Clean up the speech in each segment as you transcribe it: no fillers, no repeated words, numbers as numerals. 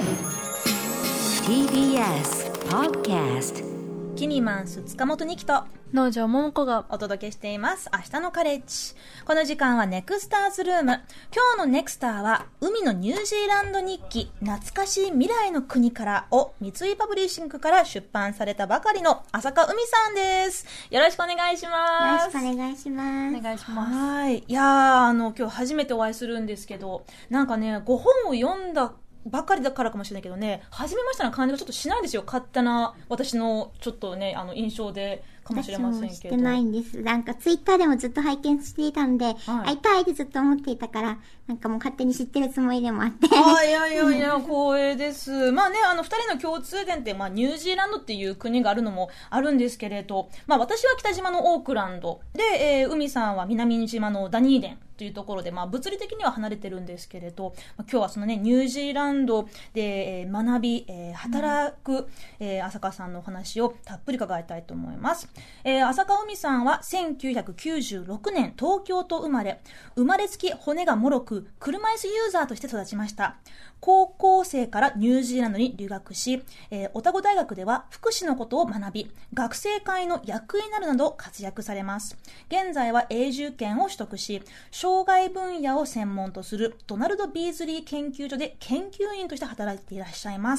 TBS Podcast キニマンス塚本二木と農場桃子がお届けしています明日のカレッジ。この時間はネクスターズルーム。今日のネクスターは海のニュージーランド日記懐かしい未来の国からを三井パブリッシングから出版されたばかりの浅香海さんです。よろしくお願いします。 よろしくお願いします。 お願いします。 はい。いやー、今日初めてお会いするんですけど、なんかね、ご本を読んだばっかりだからかもしれないけどね、初めましてな感じがちょっとしないんですよ。勝手な私のちょっとね、印象でかもしれませんけど。 私もしてないんです。なんかツイッターでもずっと拝見していたんで、会いたいってずっと思っていたから、なんかもう勝手に知ってるつもりでもあって。 いや光栄です。まあね、二人の共通点って、まあニュージーランドっていう国があるのもあるんですけれど、まあ私は北島のオークランドで、海さんは南島のダニーデンというところで、まあ物理的には離れてるんですけれど、今日はそのね、ニュージーランドで、学び、働く、浅香さんのお話をたっぷり伺いたいと思います。浅香海さんは1996年東京と生まれつき骨が脆く車椅子ユーザーとして育ちました。高校生からニュージーランドに留学し、オタゴ大学では福祉のことを学び、学生会の役員になるなど活躍されます。現在は永住権を取得し、障害分野を専門とするドナルド・ビーズリー研究所で研究員として働いていらっしゃいます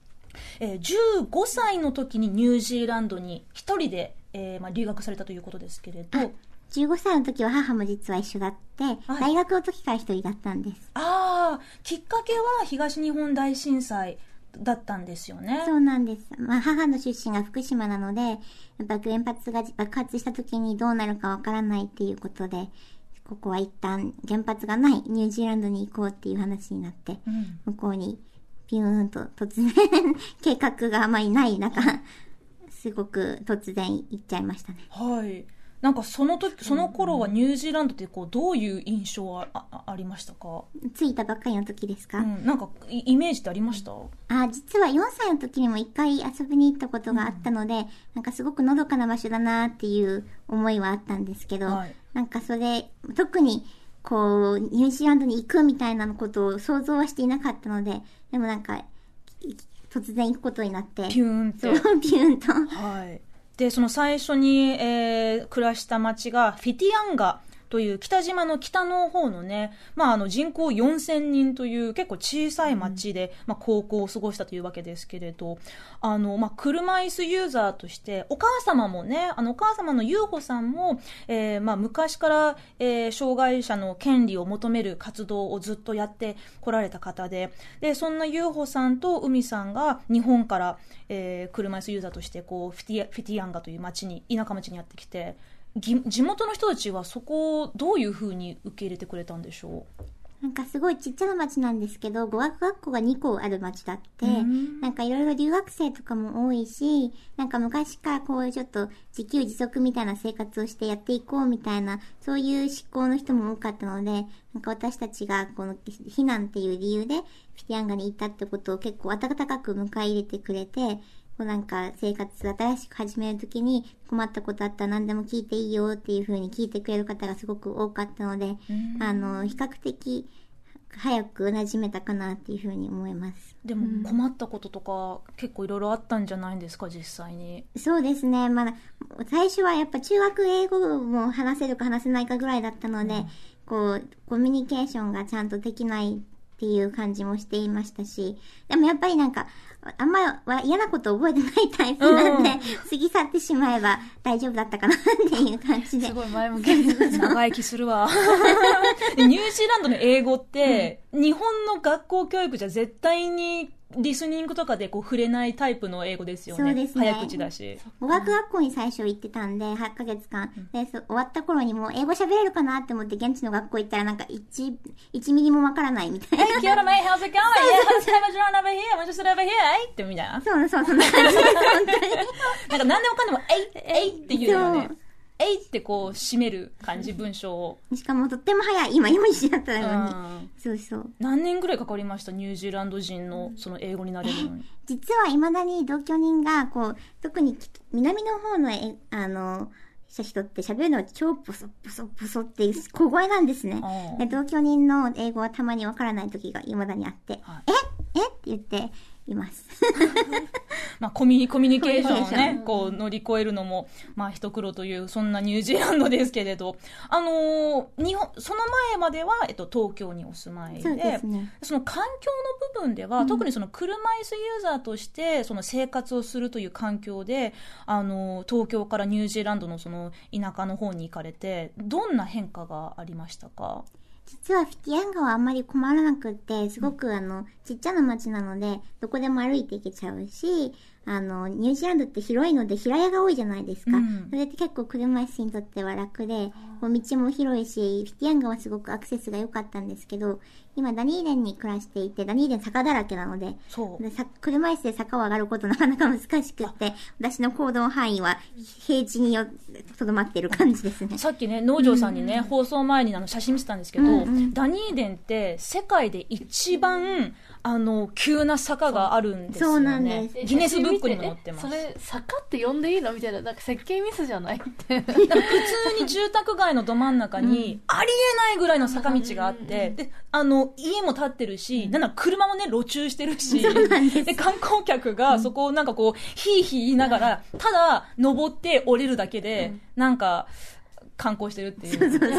。15歳の時にニュージーランドに一人で、留学されたということですけれど、 15歳の時は母も実は一緒だって、大学の時から一人だったんです。 きっかけは東日本大震災だったんですよね。 そうなんです。まあ母の出身が福島なので、やっぱ原発が爆発した時にどうなるかわからないっていうことで、ここは一旦原発がないニュージーランドに行こうっていう話になって、向こうにピューンと突然計画があまりない中、すごく突然行っちゃいましたね。 はい。なんかその頃はニュージーランドってこうどういう印象は ありましたか？ 着いたばっかりの時ですか？ なんかイメージってありました？ 実は4歳の時にも1回遊びに行ったことがあったので、なんかすごくのどかな場所だなっていう思いはあったんですけど、なんかそれ特にこうニュージーランドに行くみたいなことを想像はしていなかったので、でもなんか突然行くことになってピューンってピューンと、 はい。でその最初に、暮らした町がフィティアンガという北島の北の方のね、人口4000人という結構小さい町で、高校を過ごしたというわけですけれど、車椅子ユーザーとしてお母様もね、お母様の優穂さんも、昔から、障害者の権利を求める活動をずっとやってこられた方で、そんな優穂さんと海さんが日本から、車椅子ユーザーとしてこうフィティアンガという町に、田舎町にやってきて、地元の人たちはそこをどういう風に受け入れてくれたんでしょう？ なんかすごいちっちゃな町なんですけど、語学学校が2校ある町だって、なんかいろいろ留学生とかも多いし、なんか昔からこうちょっと自給自足みたいな生活をしてやっていこうみたいな、そういう思考の人も多かったので、なんか私たちがこの避難っていう理由でフィティアンガに行ったってことを結構温かく迎え入れてくれて、なんか生活新しく始めるときに困ったことあったら何でも聞いていいよっていう風に聞いてくれる方がすごく多かったので、比較的早く馴染めたかなっていう風に思います。 でも困ったこととか結構いろいろあったんじゃないんですか、実際に？ そうですね。最初はやっぱ中学英語も話せるか話せないかぐらいだったので、こうコミュニケーションがちゃんとできないっていう感じもしていましたし、でもやっぱりなんかあんまり嫌なこと覚えてないタイプなんで、過ぎ去ってしまえば大丈夫だったかなっていう感じで。 すごい前向きに長生きするわ。ニュージーランドの英語って、日本の学校教育じゃ絶対にリスニングとかでこう触れないタイプの英語ですよね。 そうですね。 早口だし。 語学学校に最初行ってたんで、8ヶ月間。で、終わった頃にもう英語喋れるかなって思って現地の学校行ったらなんか1ミリもわからないみたいな。 Hey, Kia ora, mate, how's it going? Yeah, let's have a drawn over here. We're just over here, eh? ってみたいな。 そんな感じで、本当に。 なんか何でもかんでも、えいっていうのね。えいってこう締める感じ、文章を。 しかもとっても早い。今4時だったのに。そうそう。 何年ぐらいかかりました？ニュージーランド人のその英語になれるのに。 実は未だに同居人がこう特に南の方の人って喋るのは超ポソポソポソって小声なんですね。で同居人の英語はたまにわからない時が未だにあって、 って言っています。 まあ、コミュニケーションをね、こう乗り越えるのも、まあ、一苦労という、そんなニュージーランドですけれど、その前までは、東京にお住まいで、 そうですね。 その環境の部分では、特にその車椅子ユーザーとして、その生活をするという環境で、東京からニュージーランドのその田舎の方に行かれて、どんな変化がありましたか？ 実はフィティアンガはあんまり困らなくって、すごくちっちゃな町なので、どこでも歩いて行けちゃうし、ニュージーランドって広いので平屋が多いじゃないですか。それって結構車椅子にとっては楽で、道も広いし、フィティアンガはすごくアクセスが良かったんですけど、今ダニーデンに暮らしていて、ダニーデン坂だらけなので、車椅子で坂を上がることなかなか難しくって、私の行動範囲は平地にとどまっている感じですね。 さっきね、農場さんにね、放送前に写真見せたんですけど、ダニーデンって世界で一番急な坂があるんですよね。 そうなんです。 ギネスブックにも載ってます。 それ坂って呼んでいいのみたいな、なんか設計ミスじゃないって普通に住宅街のど真ん中に、ありえないぐらいの坂道があって、で家も建ってるし、なんだ車もね路駐してるし、で観光客がそこをなんかこうヒーヒー言いながら、ただ登って降りるだけで、なんか観光してるっていう。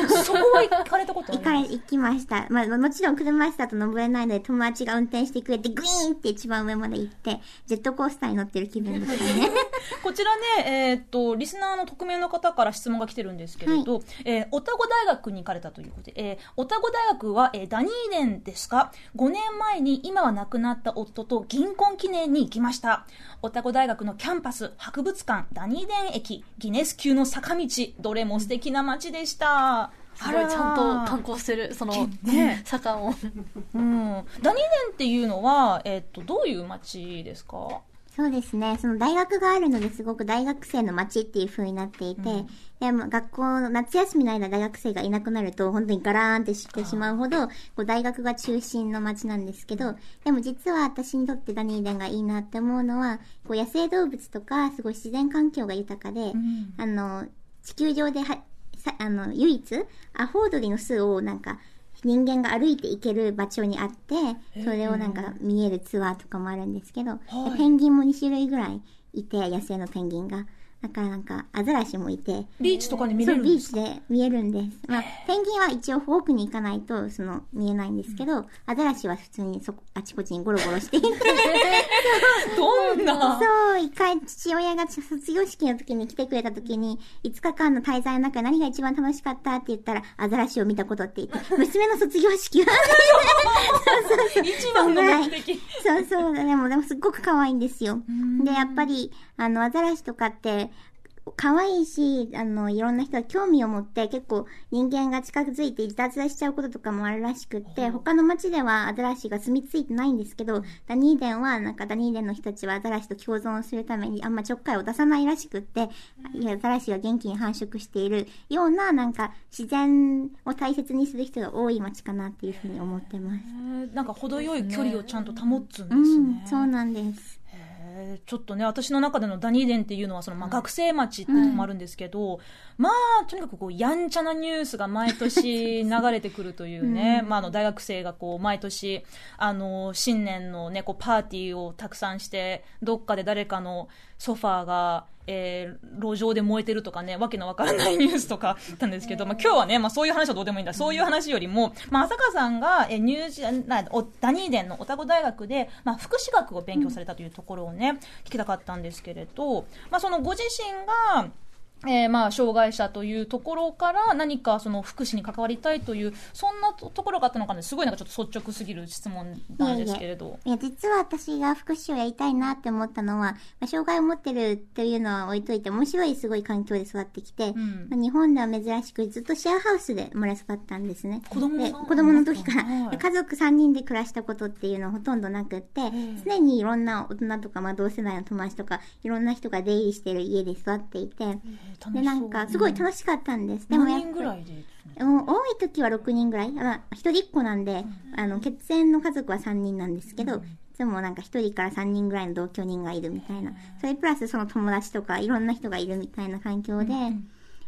そこは行かれたことあるんですか？ 行きました。まあ、もちろん車椅子だと登れないので、友達が運転してくれて、グイーンって一番上まで行って、ジェットコースターに乗ってる気分でしたね。 こちらね、リスナーの匿名の方から質問が来てるんですけれど、オタゴ大学に行かれたということで、オタゴ大学は、ダニーデンですか？5年前に今は亡くなった夫と銀婚記念に行きました。オタゴ大学のキャンパス、博物館、ダニーデン駅、ギネス級の坂道、どれも素敵な街でした。 すごいちゃんと観光してる、その、坂を。 ダニーデンっていうのは、どういう街ですか？ そうですね。その大学があるのですごく大学生の街っていう風になっていて、でも学校の夏休みの間大学生がいなくなると本当にガラーンってしてしまうほど、こう大学が中心の街なんですけど、でも実は私にとってダニーデンがいいなって思うのは、こう野生動物とかすごい自然環境が豊かで、地球上で唯一アホウドリの巣をなんか人間が歩いて行ける場所にあって、それをなんか見えるツアーとかもあるんですけど、ペンギンも2種類ぐらいいて、野生のペンギンが。だからなんかアザラシもいて、 ビーチとかで見れるんですか？ そう、ビーチで見えるんです。まあ、ペンギンは一応奥に行かないと見えないんですけど、アザラシは普通にあちこちにゴロゴロしていてどんな？ そう、一回父親が卒業式の時に来てくれた時に、5日間の滞在の中で何が一番楽しかったって言ったら、アザラシを見たことって言って、娘の卒業式はそう一番の目的。 そう、でもすっごく可愛いんですよ。で、やっぱり、アザラシとかって、可愛いし、いろんな人が興味を持って結構人間が近づいていたずらしちゃうこととかもあるらしくって、他の町ではアザラシが住み着いてないんですけど、ダニーデンはなんかダニーデンの人たちはアザラシと共存するためにあんまちょっかいを出さないらしくって、アザラシが元気に繁殖しているようななんか自然を大切にする人が多い町かなっていうふうに思ってます。 なんか程よい距離をちゃんと保つんですね。 そうなんです。 ちょっとね、私の中でのダニーデンっていうのは学生町っていうのもあるんですけど、まあとにかくこうやんちゃなニュースが毎年流れてくるというね、大学生がこう毎年新年のねこうパーティーをたくさんして、どっかで誰かのソファーが路上で燃えてるとかね、わけのわからないニュースとかあったんですけど、今日はね、そういう話はどうでもいいんだ。そういう話よりも、浅川さんがダニーデンのオタゴ大学で、福祉学を勉強されたというところをね、聞きたかったんですけれど、そのご自身が障害者というところから何かその福祉に関わりたいという、そんなところがあったのかね、すごいなんかちょっと率直すぎる質問なんですけれど。 いや実は私が福祉をやりたいなって思ったのは、障害を持ってるというのは置いといて、面白いすごい環境で育ってきて、日本では珍しくずっとシェアハウスで生まれ育ったんですね。子供の時から、家族3人で暮らしたことっていうのはほとんどなくって、常にいろんな大人とか、同世代の友達とかいろんな人が出入りしている家で育っていて、でなんかすごい楽しかったんです。でもやっぱり何人ぐらいで、 多い時は6人ぐらい、一人っ子なんで、血縁の家族は3人なんですけど、いつもなんか1人から3人ぐらいの同居人がいるみたいな、それプラスその友達とかいろんな人がいるみたいな環境で、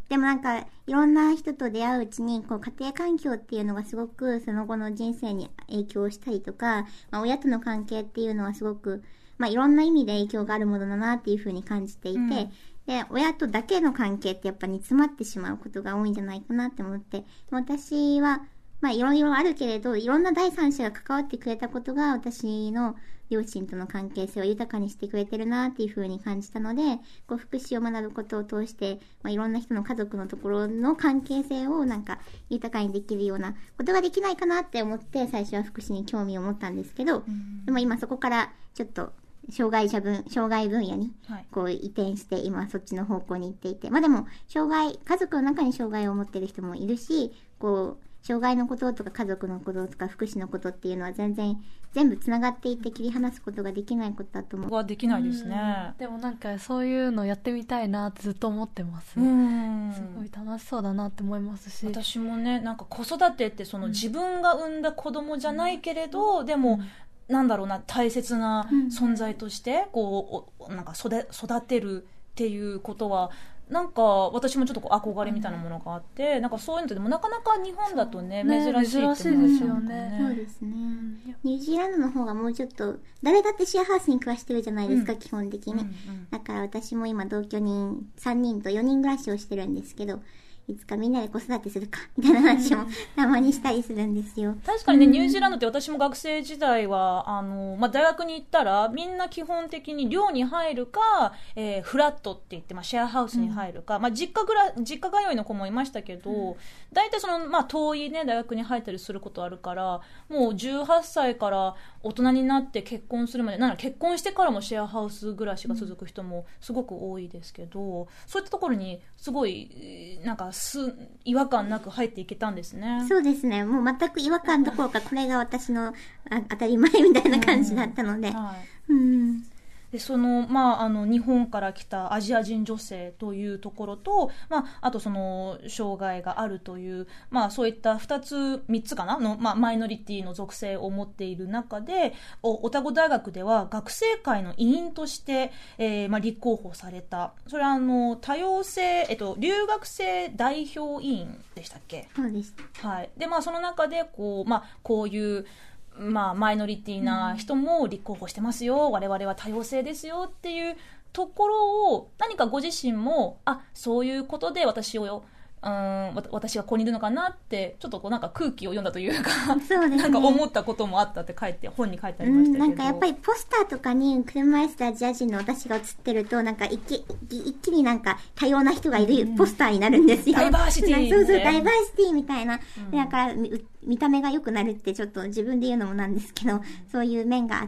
でもなんか、いろんな人と出会ううちに、こう、家庭環境っていうのがすごく、その後の人生に影響したりとか、まあ、親との関係っていうのはすごく、まあ、いろんな意味で影響があるものだなっていうふうに感じていて、で、親とだけの関係ってやっぱ煮詰まってしまうことが多いんじゃないかなって思って、私は、まあいろいろあるけれど、いろんな第三者が関わってくれたことが私の両親との関係性を豊かにしてくれてるなっていう風に感じたので、こう福祉を学ぶことを通して、まあ、いろんな人の家族のところの関係性をなんか豊かにできるようなことができないかなって思って最初は福祉に興味を持ったんですけど、でも今そこからちょっと障害分野にこう移転して今そっちの方向に行っていて、まあでも家族の中に障害を持ってる人もいるし、こう障害のこととか家族のこととか福祉のことっていうのは全部つながっていて切り離すことができないことだと思う。 はできないですね。 でもなんかそういうのやってみたいなってずっと思ってます。すごい楽しそうだなって思いますし、 私もね、なんか子育てってその自分が産んだ子供じゃないけれど、でもなんだろうな、大切な存在としてこうなんか育てるっていうことはなんか私もちょっとこう憧れみたいなものがあって、なんかそういうのってでもなかなか日本だとね珍しいって思う珍しいですよね。 そうですね。ニュージーランドの方がもうちょっと誰だってシェアハウスに暮らしてるじゃないですか、基本的に、だから私も今同居人3人と4人暮らしをしてるんですけど、いつかみんなで子育てするかみたいな話もたまにしたりするんですよ。 確かにね、ニュージーランドって私も学生時代はまあ、大学に行ったらみんな基本的に寮に入るか、フラットって言って、まあ、シェアハウスに入るか、まあ、実家通いの子もいましたけど、大体その、まあ、遠いね大学に入ったりすることあるから、もう18歳から大人になって結婚するまで、なんなら結婚してからもシェアハウス暮らしが続く人もすごく多いですけど、そういったところにすごいなんか違和感なく入っていけたんですね。 そうですね。もう全く違和感どころかこれが私の当たり前みたいな感じだったので、 でそのまあ、日本から来たアジア人女性というところと、まあ、あとその障害があるという、まあ、そういった3つかなの、まあ、マイノリティの属性を持っている中で、オタゴ大学では学生会の委員として、まあ、立候補された。それは多様性、留学生代表委員でしたっけ？ そうです。 はい。で、まあ、その中でまあ、こういうまあ、マイノリティな人も立候補してますよ、我々は多様性ですよっていうところを何かご自身もそういうことで私がここにいるのかなってちょっとこうなんか空気を読んだというか、 そうですね、 なんか思ったこともあったって本に書いてありましたけど、 なんかやっぱりポスターとかに車椅子でアジア人の私が写ってるとなんか一気になんか多様な人がいるポスターになるんですよ。 ダイバーシティそうダイバーシティみたいな、だから見た目が良くなるってちょっと自分で言うのもなんですけど、そういう面があって、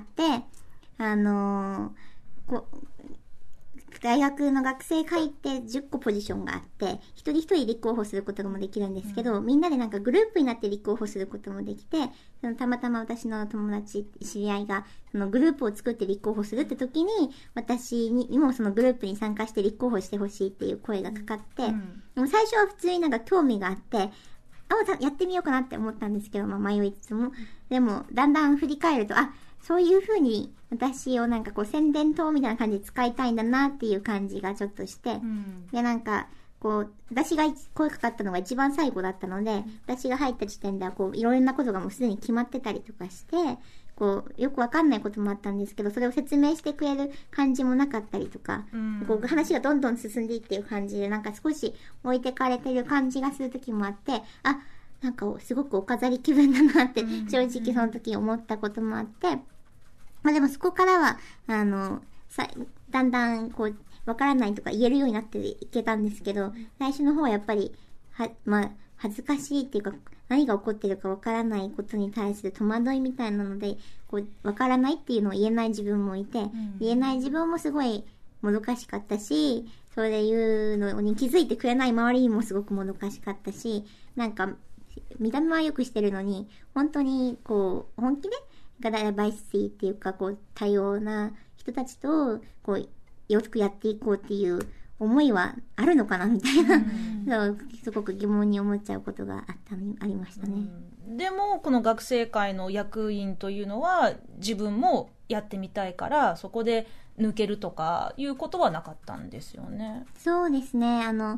大学の学生会って10個ポジションがあって、一人一人立候補することもできるんですけど、みんなでなんかグループになって立候補することもできて、たまたま私の友達、知り合いがそのグループを作って立候補するって時に、私にもそのグループに参加して立候補してほしいっていう声がかかって、でも最初は普通になんか興味があって、やってみようかなって思ったんですけど、まあ迷いつつも、でもだんだん振り返ると、そういう風に私をなんかこう宣伝塔みたいな感じで使いたいんだなっていう感じがちょっとして、でなんかこう私が声かかったのが一番最後だったので、私が入った時点ではこういろんなことがもうすでに決まってたりとかして、こうよくわかんないこともあったんですけど、それを説明してくれる感じもなかったりとか、こう話がどんどん進んでいっていう感じで、なんか少し置いてかれてる感じがする時もあって、なんかすごくお飾り気分だなって正直その時思ったこともあって、まあでもそこからはだんだんこうわからないとか言えるようになっていけたんですけど、最初の方はやっぱりまあ恥ずかしいっていうか、何が起こってるかわからないことに対する戸惑いみたいなので、こうわからないっていうのを言えない自分もいて、言えない自分もすごいもどかしかったし、それで言うのに気づいてくれない周りにもすごくもどかしかったし、なんか見た目は良くしてるのに本当にこう本気でダイバーシティっていうか、こう多様な人たちとこうよくやっていこうっていう思いはあるのかなみたいな、すごく疑問に思っちゃうことがありましたね。 でもこの学生会の役員というのは自分もやってみたいからそこで抜けるとかいうことはなかったんですよね。 そうですね。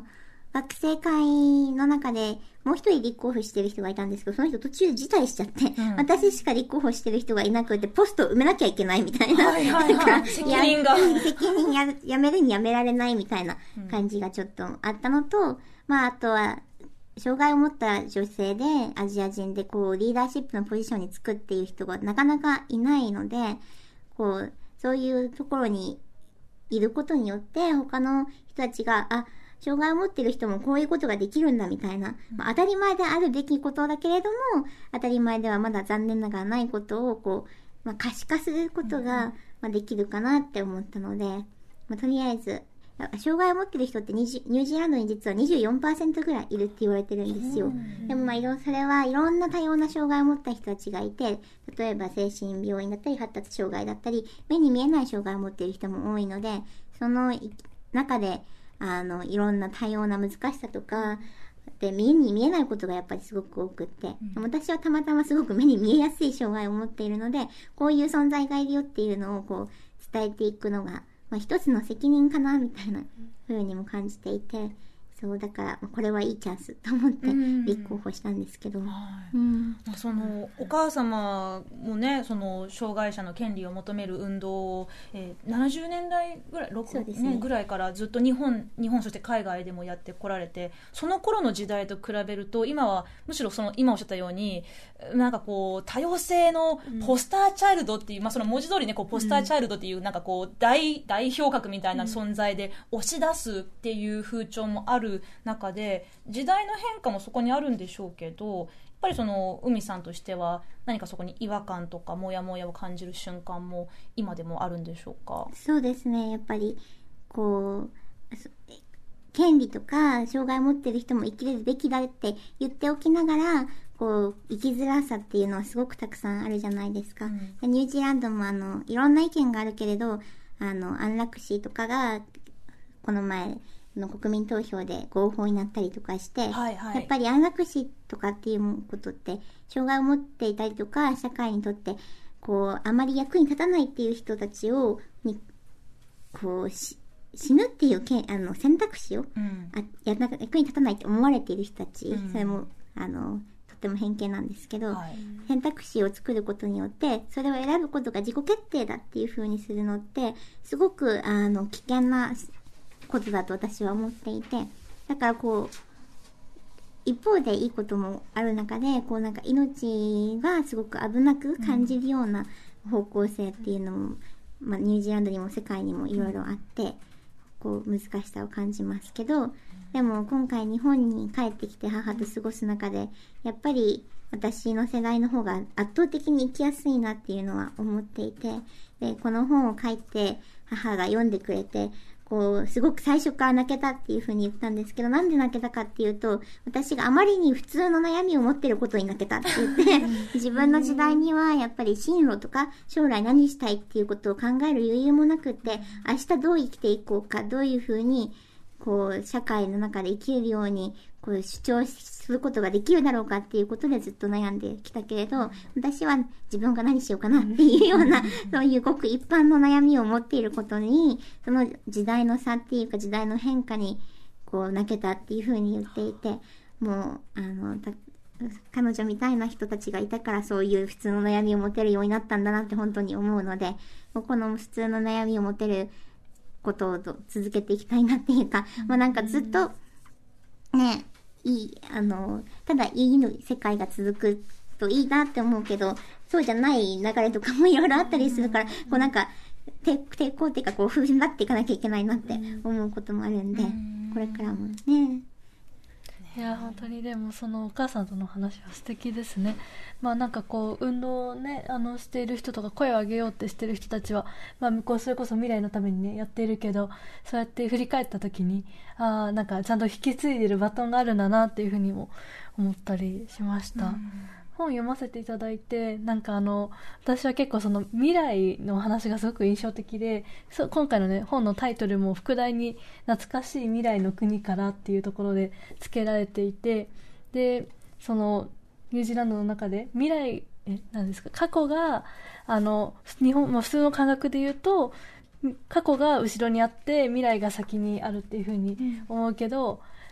学生会の中でもう一人立候補してる人がいたんですけど、その人途中で辞退しちゃって、私しか立候補してる人がいなくて、ポストを埋めなきゃいけないみたいな。 はいはいはい。責任が。 責任やめるにやめられないみたいな感じがちょっとあったのと、あとは、障害を持った女性で、アジア人でこう、リーダーシップのポジションにつくっていう人がなかなかいないので、こう、そういうところにいることによって、他の人たちが、障害を持っている人もこういうことができるんだみたいな、当たり前であるべきことだけれども、当たり前ではまだ残念ながらないことをこう、可視化することが、できるかなって思ったので、とりあえず、障害を持っている人ってニュージーランドに実は 24% ぐらいいるって言われてるんですよ。でもそれはいろんな多様な障害を持った人たちがいて、例えば精神病院だったり発達障害だったり、目に見えない障害を持っている人も多いので、その中で、いろんな多様な難しさとか、で、目に見えないことがやっぱりすごく多くって、私はたまたますごく目に見えやすい障害を持っているので、こういう存在がいるよっていうのをこう、伝えていくのが、一つの責任かな、みたいな風にも感じていて、そう、だから、これはいいチャンスと思って立候補したんですけど。 その、お母様もね、その、障害者の権利を求める運動を、70年代ぐらい、6年ぐらいからずっと日本そして海外でもやってこられて、その頃の時代と比べると、今は、むしろその、今おっしゃったように、なんかこう、多様性のポスターチャイルドっていう、その文字通りね、こう、ポスターチャイルドっていう、なんかこう、代表格みたいな存在で押し出すっていう風潮もある中で、時代の変化もそこにあるんでしょうけど、やっぱりその海さんとしては何かそこに違和感とかモヤモヤを感じる瞬間も今でもあるんでしょうか？ そうですね、やっぱりこう権利とか障害を持っている人も生きれるべきだって言っておきながら、こう生きづらさっていうのはすごくたくさんあるじゃないですか。ニュージーランドもいろんな意見があるけれど、安楽死とかがこの前の国民投票で合法になったりとかして、やっぱり安楽死とかっていうことって障害を持っていたりとか社会にとってこうあまり役に立たないっていう人たちをこう死ぬっていう選択肢を、役に立たないって思われている人たち、それもとっても偏見なんですけど、選択肢を作ることによってそれを選ぶことが自己決定だっていう風にするのってすごく危険なことだと私は思っていて、だからこう一方でいいこともある中で、こうなんか命がすごく危なく感じるような方向性っていうのも、ニュージーランドにも世界にもいろいろあって、こう難しさを感じますけど、でも今回日本に帰ってきて母と過ごす中で、やっぱり私の世代の方が圧倒的に生きやすいなっていうのは思っていて、でこの本を書いて母が読んでくれて、こうすごく最初から泣けたっていう風に言ったんですけど、なんで泣けたかっていうと、私があまりに普通の悩みを持ってることに泣けたって言って自分の時代にはやっぱり進路とか将来何したいっていうことを考える余裕もなくって、明日どう生きていこうか、どういう風にこう社会の中で生きれるようにこう主張することができるだろうかっていうことでずっと悩んできたけれど、私は自分が何しようかなっていうようなそういうごく一般の悩みを持っていることに、その時代の差っていうか時代の変化にこう泣けたっていうふうに言っていて、もう彼女みたいな人たちがいたからそういう普通の悩みを持てるようになったんだなって本当に思うので、この普通の悩みを持てることを続けていきたいなっていうか、なんかずっとね、ただいいの世界が続くといいなって思うけど、そうじゃない流れとかもいろいろあったりするから、こうなんか抵抗っていうかこう踏ん張っていかなきゃいけないなって思うこともあるんで、これからもね。 いや本当に、でもそのお母さんとの話は素敵ですね。なんかこう運動をねしている人とか声を上げようってしている人たちは、こうそれこそ未来のためにねやっているけど、そうやって振り返った時になんかちゃんと引き継いでるバトンがあるんだなっていうふうにも思ったりしました。本読ませていただいて、なんか私は結構その未来の話がすごく印象的で、今回のね本のタイトルも副題に懐かしい未来の国からっていうところで付けられていて、でそのニュージーランドの中で未来なんですか、過去が日本、普通の感覚で言うと過去が後ろにあって未来が先にあるっていう風に思うけど、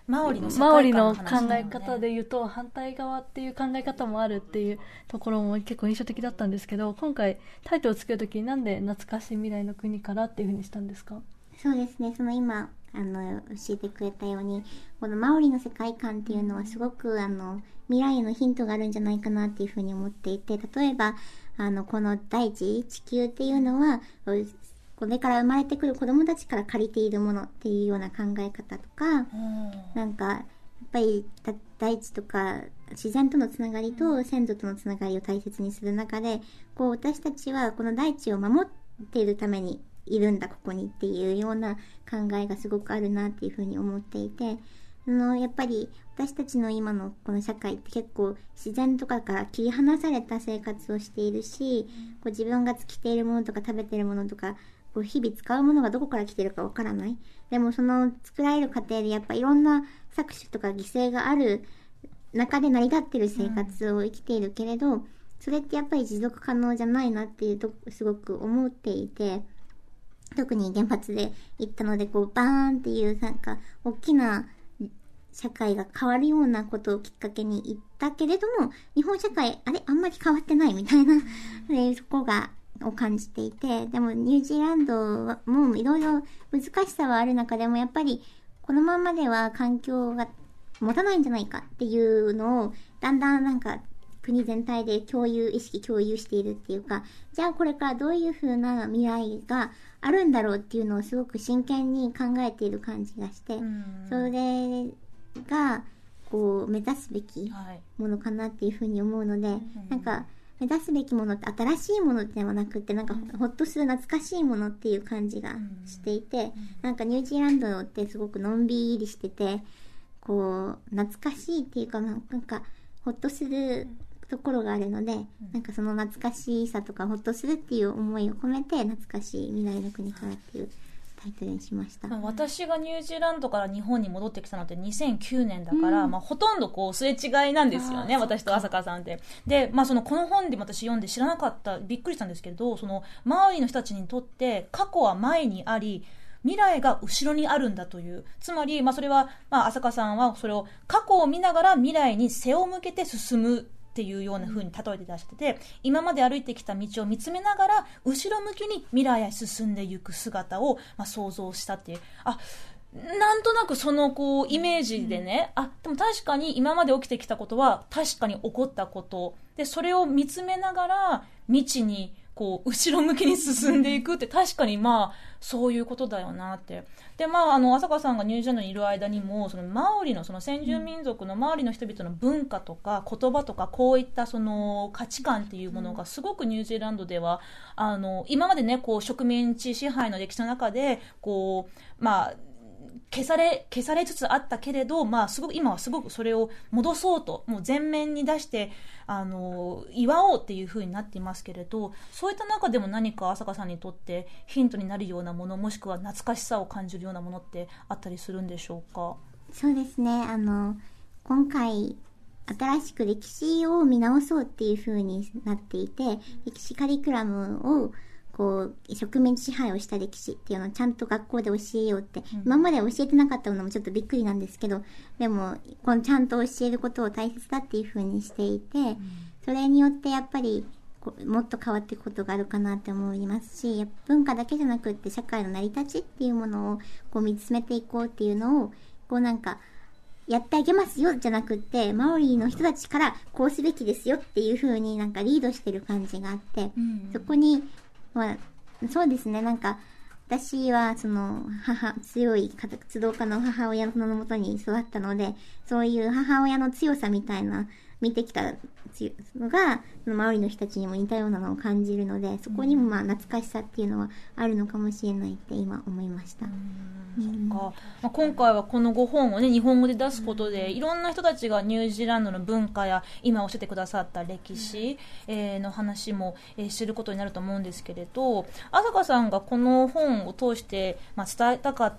マオリの世マオリ界観のの考話なのねえ方で言うと反対側っていう考え方もあるっていうところも結構印象的だったんですけど、今回タイトルをつけるときになんで懐かしい未来の国からっていう風にしたんですか？ そうですね、その今教えてくれたように、このマオリの世界観っていうのはすごく未来へのヒントがあるんじゃないかなっていうふうに思っていて、例えばこの大地球っていうのはこれから生まれてくる子供たちから借りているものっていうような考え方とか、なんかやっぱり大地とか自然とのつながりと先祖とのつながりを大切にする中で、こう私たちはこの大地を守っているためにいるんだここにっていうような考えがすごくあるなっていうふうに思っていて、やっぱり私たちの今のこの社会って結構自然とかから切り離された生活をしているし、こう自分が着ているものとか食べているものとかこう日々使うものがどこから来てるかわからない。でもその作られる過程でやっぱいろんな搾取とか犠牲がある中で成り立ってる生活を生きているけれど、それってやっぱり持続可能じゃないなっていうとすごく思っていて、特に原発で行ったのでこうバーンっていうなんか大きな社会が変わるようなことをきっかけに言ったけれども、日本社会あんまり変わってないみたいなそこを感じていて、でもニュージーランドはもういろいろ難しさはある中でもやっぱりこのままでは環境が持たないんじゃないかっていうのをだんだんなんか国全体で共有しているっていうか、じゃあこれからどういう風な未来があるんだろうっていうのをすごく真剣に考えている感じがして、それがこう目指すべきものかなっていう風に思うので、なんか目指すべきものって新しいものではなくて、なんかほっとする懐かしいものっていう感じがしていて、なんかニュージーランドってすごくのんびりしてて、こう懐かしいっていうかなんかほっとするところがあるので、なんかその懐かしさとかほっとするっていう思いを込めて懐かしい未来の国からっていうタイトルにしました。 私がニュージーランドから日本に戻ってきたのって2009年だから、ほとんどこうすれ違いなんですよね、私と浅香さんって。で、この本で私読んで知らなかった、びっくりしたんですけど、その周りの人たちにとって過去は前にあり未来が後ろにあるんだという、つまり、それは、浅香さんはそれを過去を見ながら未来に背を向けて進むっていうような風に例えて出してて、今まで歩いてきた道を見つめながら後ろ向きに未来へ進んでいく姿を、想像したっていう、なんとなくそのこうイメージでね、でも確かに今まで起きてきたことは確かに起こったことで、それを見つめながら未知にこう後ろ向きに進んでいくって確かにそういうことだよなって。で浅香さんがニュージーランドにいる間にもそのマオリのその先住民族のマオリの人々の文化とか言葉とかこういったその価値観っていうものがすごくニュージーランドでは今までねこう植民地支配の歴史の中でこう消されつつあったけれど、すごく今はすごくそれを戻そうともう前面に出して祝おうっていう風になっていますけれど、そういった中でも何か浅香さんにとってヒントになるようなもの、もしくは懐かしさを感じるようなものってあったりするんでしょうか？ そうですね、今回新しく歴史を見直そうっていう風になっていて、歴史カリキュラムをこう植民地支配をした歴史っていうのをちゃんと学校で教えようって、今まで教えてなかったのもちょっとびっくりなんですけど、でもこのちゃんと教えることを大切だっていう風にしていて、それによってやっぱりもっと変わっていくことがあるかなって思いますし、文化だけじゃなくって社会の成り立ちっていうものをこう見つめていこうっていうのをこうなんかやってあげますよじゃなくって、マオリの人たちからこうすべきですよっていう風になんかリードしてる感じがあって、そこにそうですね、なんか私はその強い活動家の母親のもとに育ったので、そういう母親の強さみたいな見てきたのがそのマオリの人たちにも似たようなのを感じるので、そこにも懐かしさっていうのはあるのかもしれないって今思いました。 今回はこの5本をね日本語で出すことで、いろんな人たちがニュージーランドの文化や今教えてくださった歴史、の話も、知ることになると思うんですけれど、浅香さんがこの本を通して、伝えたかった、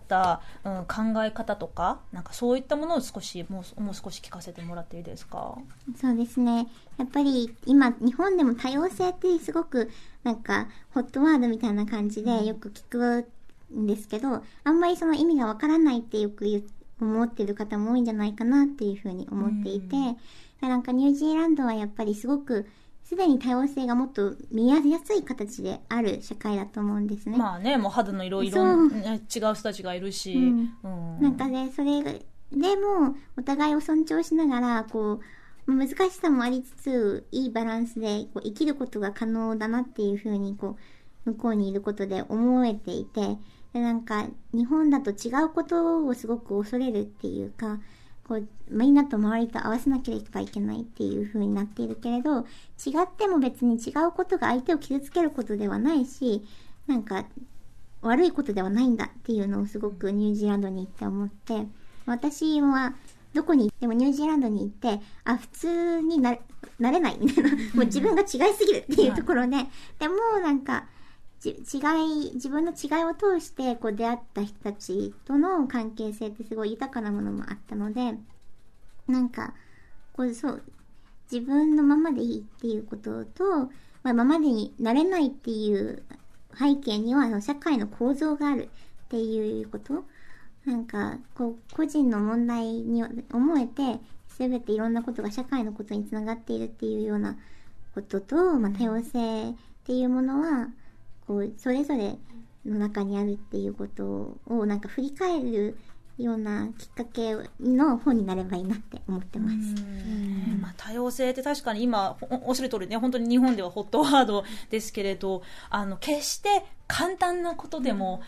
考え方とかなんかそういったものをもう少し聞かせてもらっていいですか？ そうですね、やっぱり今日本でも多様性ってすごくなんかホットワードみたいな感じでよく聞くんですけど、あんまりその意味がわからないってよく言思ってる方も多いんじゃないかなっていうふうに思っていて、なんかニュージーランドはやっぱりすごくすでに多様性がもっと見やすい形である社会だと思うんですね。 まあね、もう肌の色々違う人たちがいるし、 なんかね、それでもお互いを尊重しながらこう難しさもありつついいバランスでこう生きることが可能だなっていうふうにこう向こうにいることで思えていて、でなんか日本だと違うことをすごく恐れるっていうか、こうみんなと周りと合わせなければいけないっていう風になっているけれど、違っても別に違うことが相手を傷つけることではないし、なんか悪いことではないんだっていうのをすごくニュージーランドに行って思って、私はどこに行ってもニュージーランドに行って、普通になれないみたいな、もう自分が違いすぎるっていうところで、でもなんか自分の違いを通してこう出会った人たちとの関係性ってすごい豊かなものもあったので、なんかこうそう自分のままでいいっていうことと、ままでになれないっていう背景には社会の構造があるっていうこと、なんかこう個人の問題に思えて全ていろんなことが社会のことにつながっているっていうようなことと、多様性っていうものはこうそれぞれの中にあるっていうことをなんか振り返るようなきっかけの本になればいいなって思ってます。 多様性って確かに今おっしゃる通りね、本当に日本ではホットワードですけれど、決して簡単なことでも、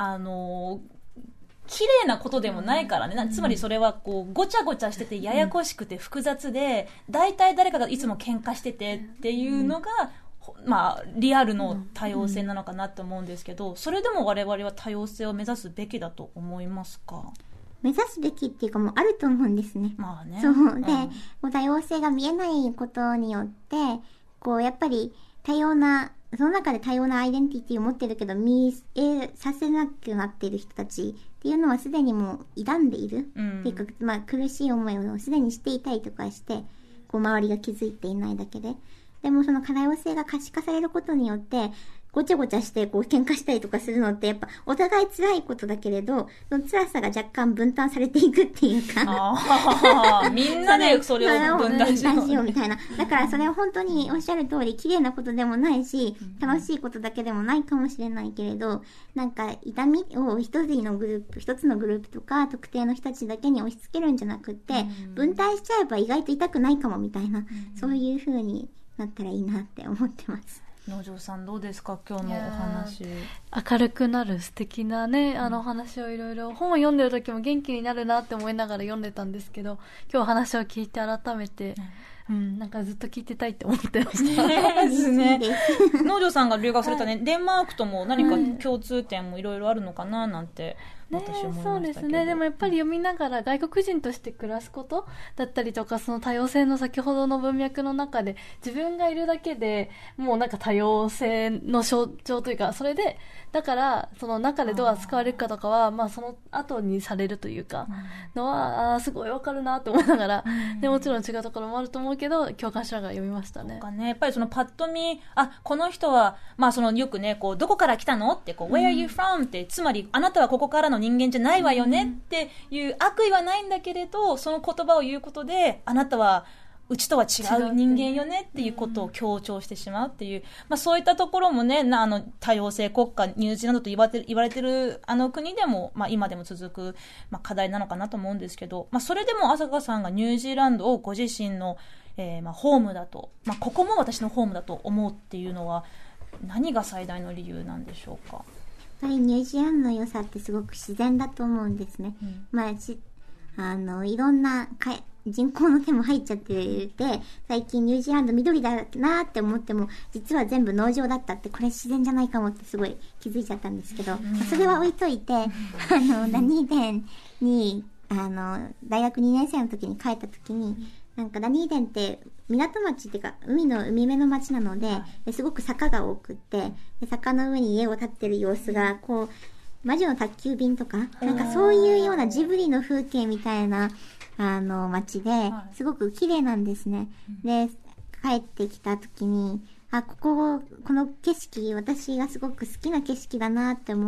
綺麗なことでもないからね。つまりそれはこうごちゃごちゃしててややこしくて複雑で、大体誰かがいつも喧嘩しててっていうのが、リアルの多様性なのかなと思うんですけど、それでも我々は多様性を目指すべきだと思いますか？ 目指すべきっていうかもうあると思うんですね。そうで、多様性が見えないことによってこうやっぱりその中で多様なアイデンティティを持ってるけど見えさせなくなっている人たちっていうのはすでにもう傷んでいる、っていうか、苦しい思いをすでにしていたりとかしてこう周りが気づいていないだけで、でもその多様性が可視化されることによってごちゃごちゃしてこう喧嘩したりとかするのってやっぱお互い辛いことだけれど、その辛さが若干分担されていくっていうかみんなでそれを分担しようみたいな。だからそれは本当におっしゃる通り綺麗なことでもないし楽しいことだけでもないかもしれないけれど、なんか痛みを一つのグループとか特定の人たちだけに押し付けるんじゃなくって分担しちゃえば意外と痛くないかもみたいな、そういう風になったらいいなって思ってます。 農場さんどうですか、今日のお話。 明るくなる素敵なねお話をいろいろ本を読んでる時も元気になるなって思いながら読んでたんですけど、今日お話を聞いて改めて、なんかずっと聞いてたいって思ってましたですね。農場さんが留学されたね、デンマークとも何か共通点もいろいろあるのかななんて私思いましたけど、 そうですね。でもやっぱり読みながら外国人として暮らすことだったりとか、その多様性の先ほどの文脈の中で自分がいるだけでもうなんか多様性の象徴というか、それでだからその中でどう扱われるかとかはその後にされるというかのはすごいわかるなと思いながら、でもちろん違うところもあると思うけど共感しながら読みましたね。 やっぱりそのパッと見この人はそのよくねこうどこから来たのってこう Where are you from って、つまりあなたはここからの人間じゃないわよねっていう悪意はないんだけれど、その言葉を言うことであなたはうちとは違う人間よねっていうことを強調してしまうっていう、そういったところもね、多様性国家ニュージーランドと言われてる国でも、今でも続く、課題なのかなと思うんですけど、それでも朝香さんがニュージーランドをご自身の、ホームだと、ここも私のホームだと思うっていうのは何が最大の理由なんでしょうか？ やっぱりニュージーランドの良さってすごく自然だと思うんですね。いろんな人工の手も入っちゃってて、最近ニュージーランド緑だなって思っても実は全部農場だったって、これ自然じゃないかもってすごい気づいちゃったんですけど、それは置いといてダニーデンに大学2年生の時に帰った時に、なんかダニーデンって港町っていうか海辺の町なので、すごく坂が多くって、で坂の上に家を建ってる様子がこう魔女の宅急便とかなんかそういうようなジブリの風景みたいな街ですごく綺麗なんですね。で帰ってきた時にこの景色私がすごく好きな景色だなって思ったと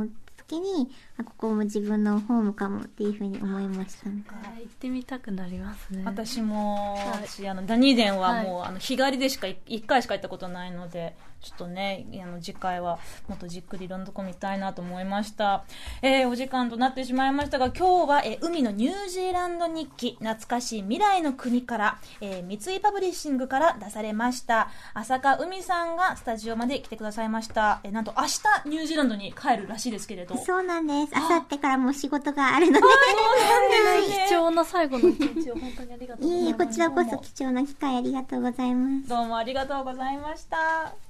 けに、ここも自分のホームかもっていうふうに思いましたね。 行ってみたくなりますね。 私も、 はい私ダニーデンはもう、日帰りでしか1回しか行ったことないので、ちょっとね、次回はもっとじっくりいろんなとこ見たいなと思いました。お時間となってしまいましたが、今日は、海のニュージーランド日記、懐かしい未来の国から、三井パブリッシングから出されました、浅香海さんがスタジオまで来てくださいました。なんと明日ニュージーランドに帰るらしいですけれど。 そうなんです。あさってからもう仕事があるので。 貴重な最後の一日を本当にありがとうございます。 こちらこそ貴重な機会ありがとうございます。 どうもありがとうございました。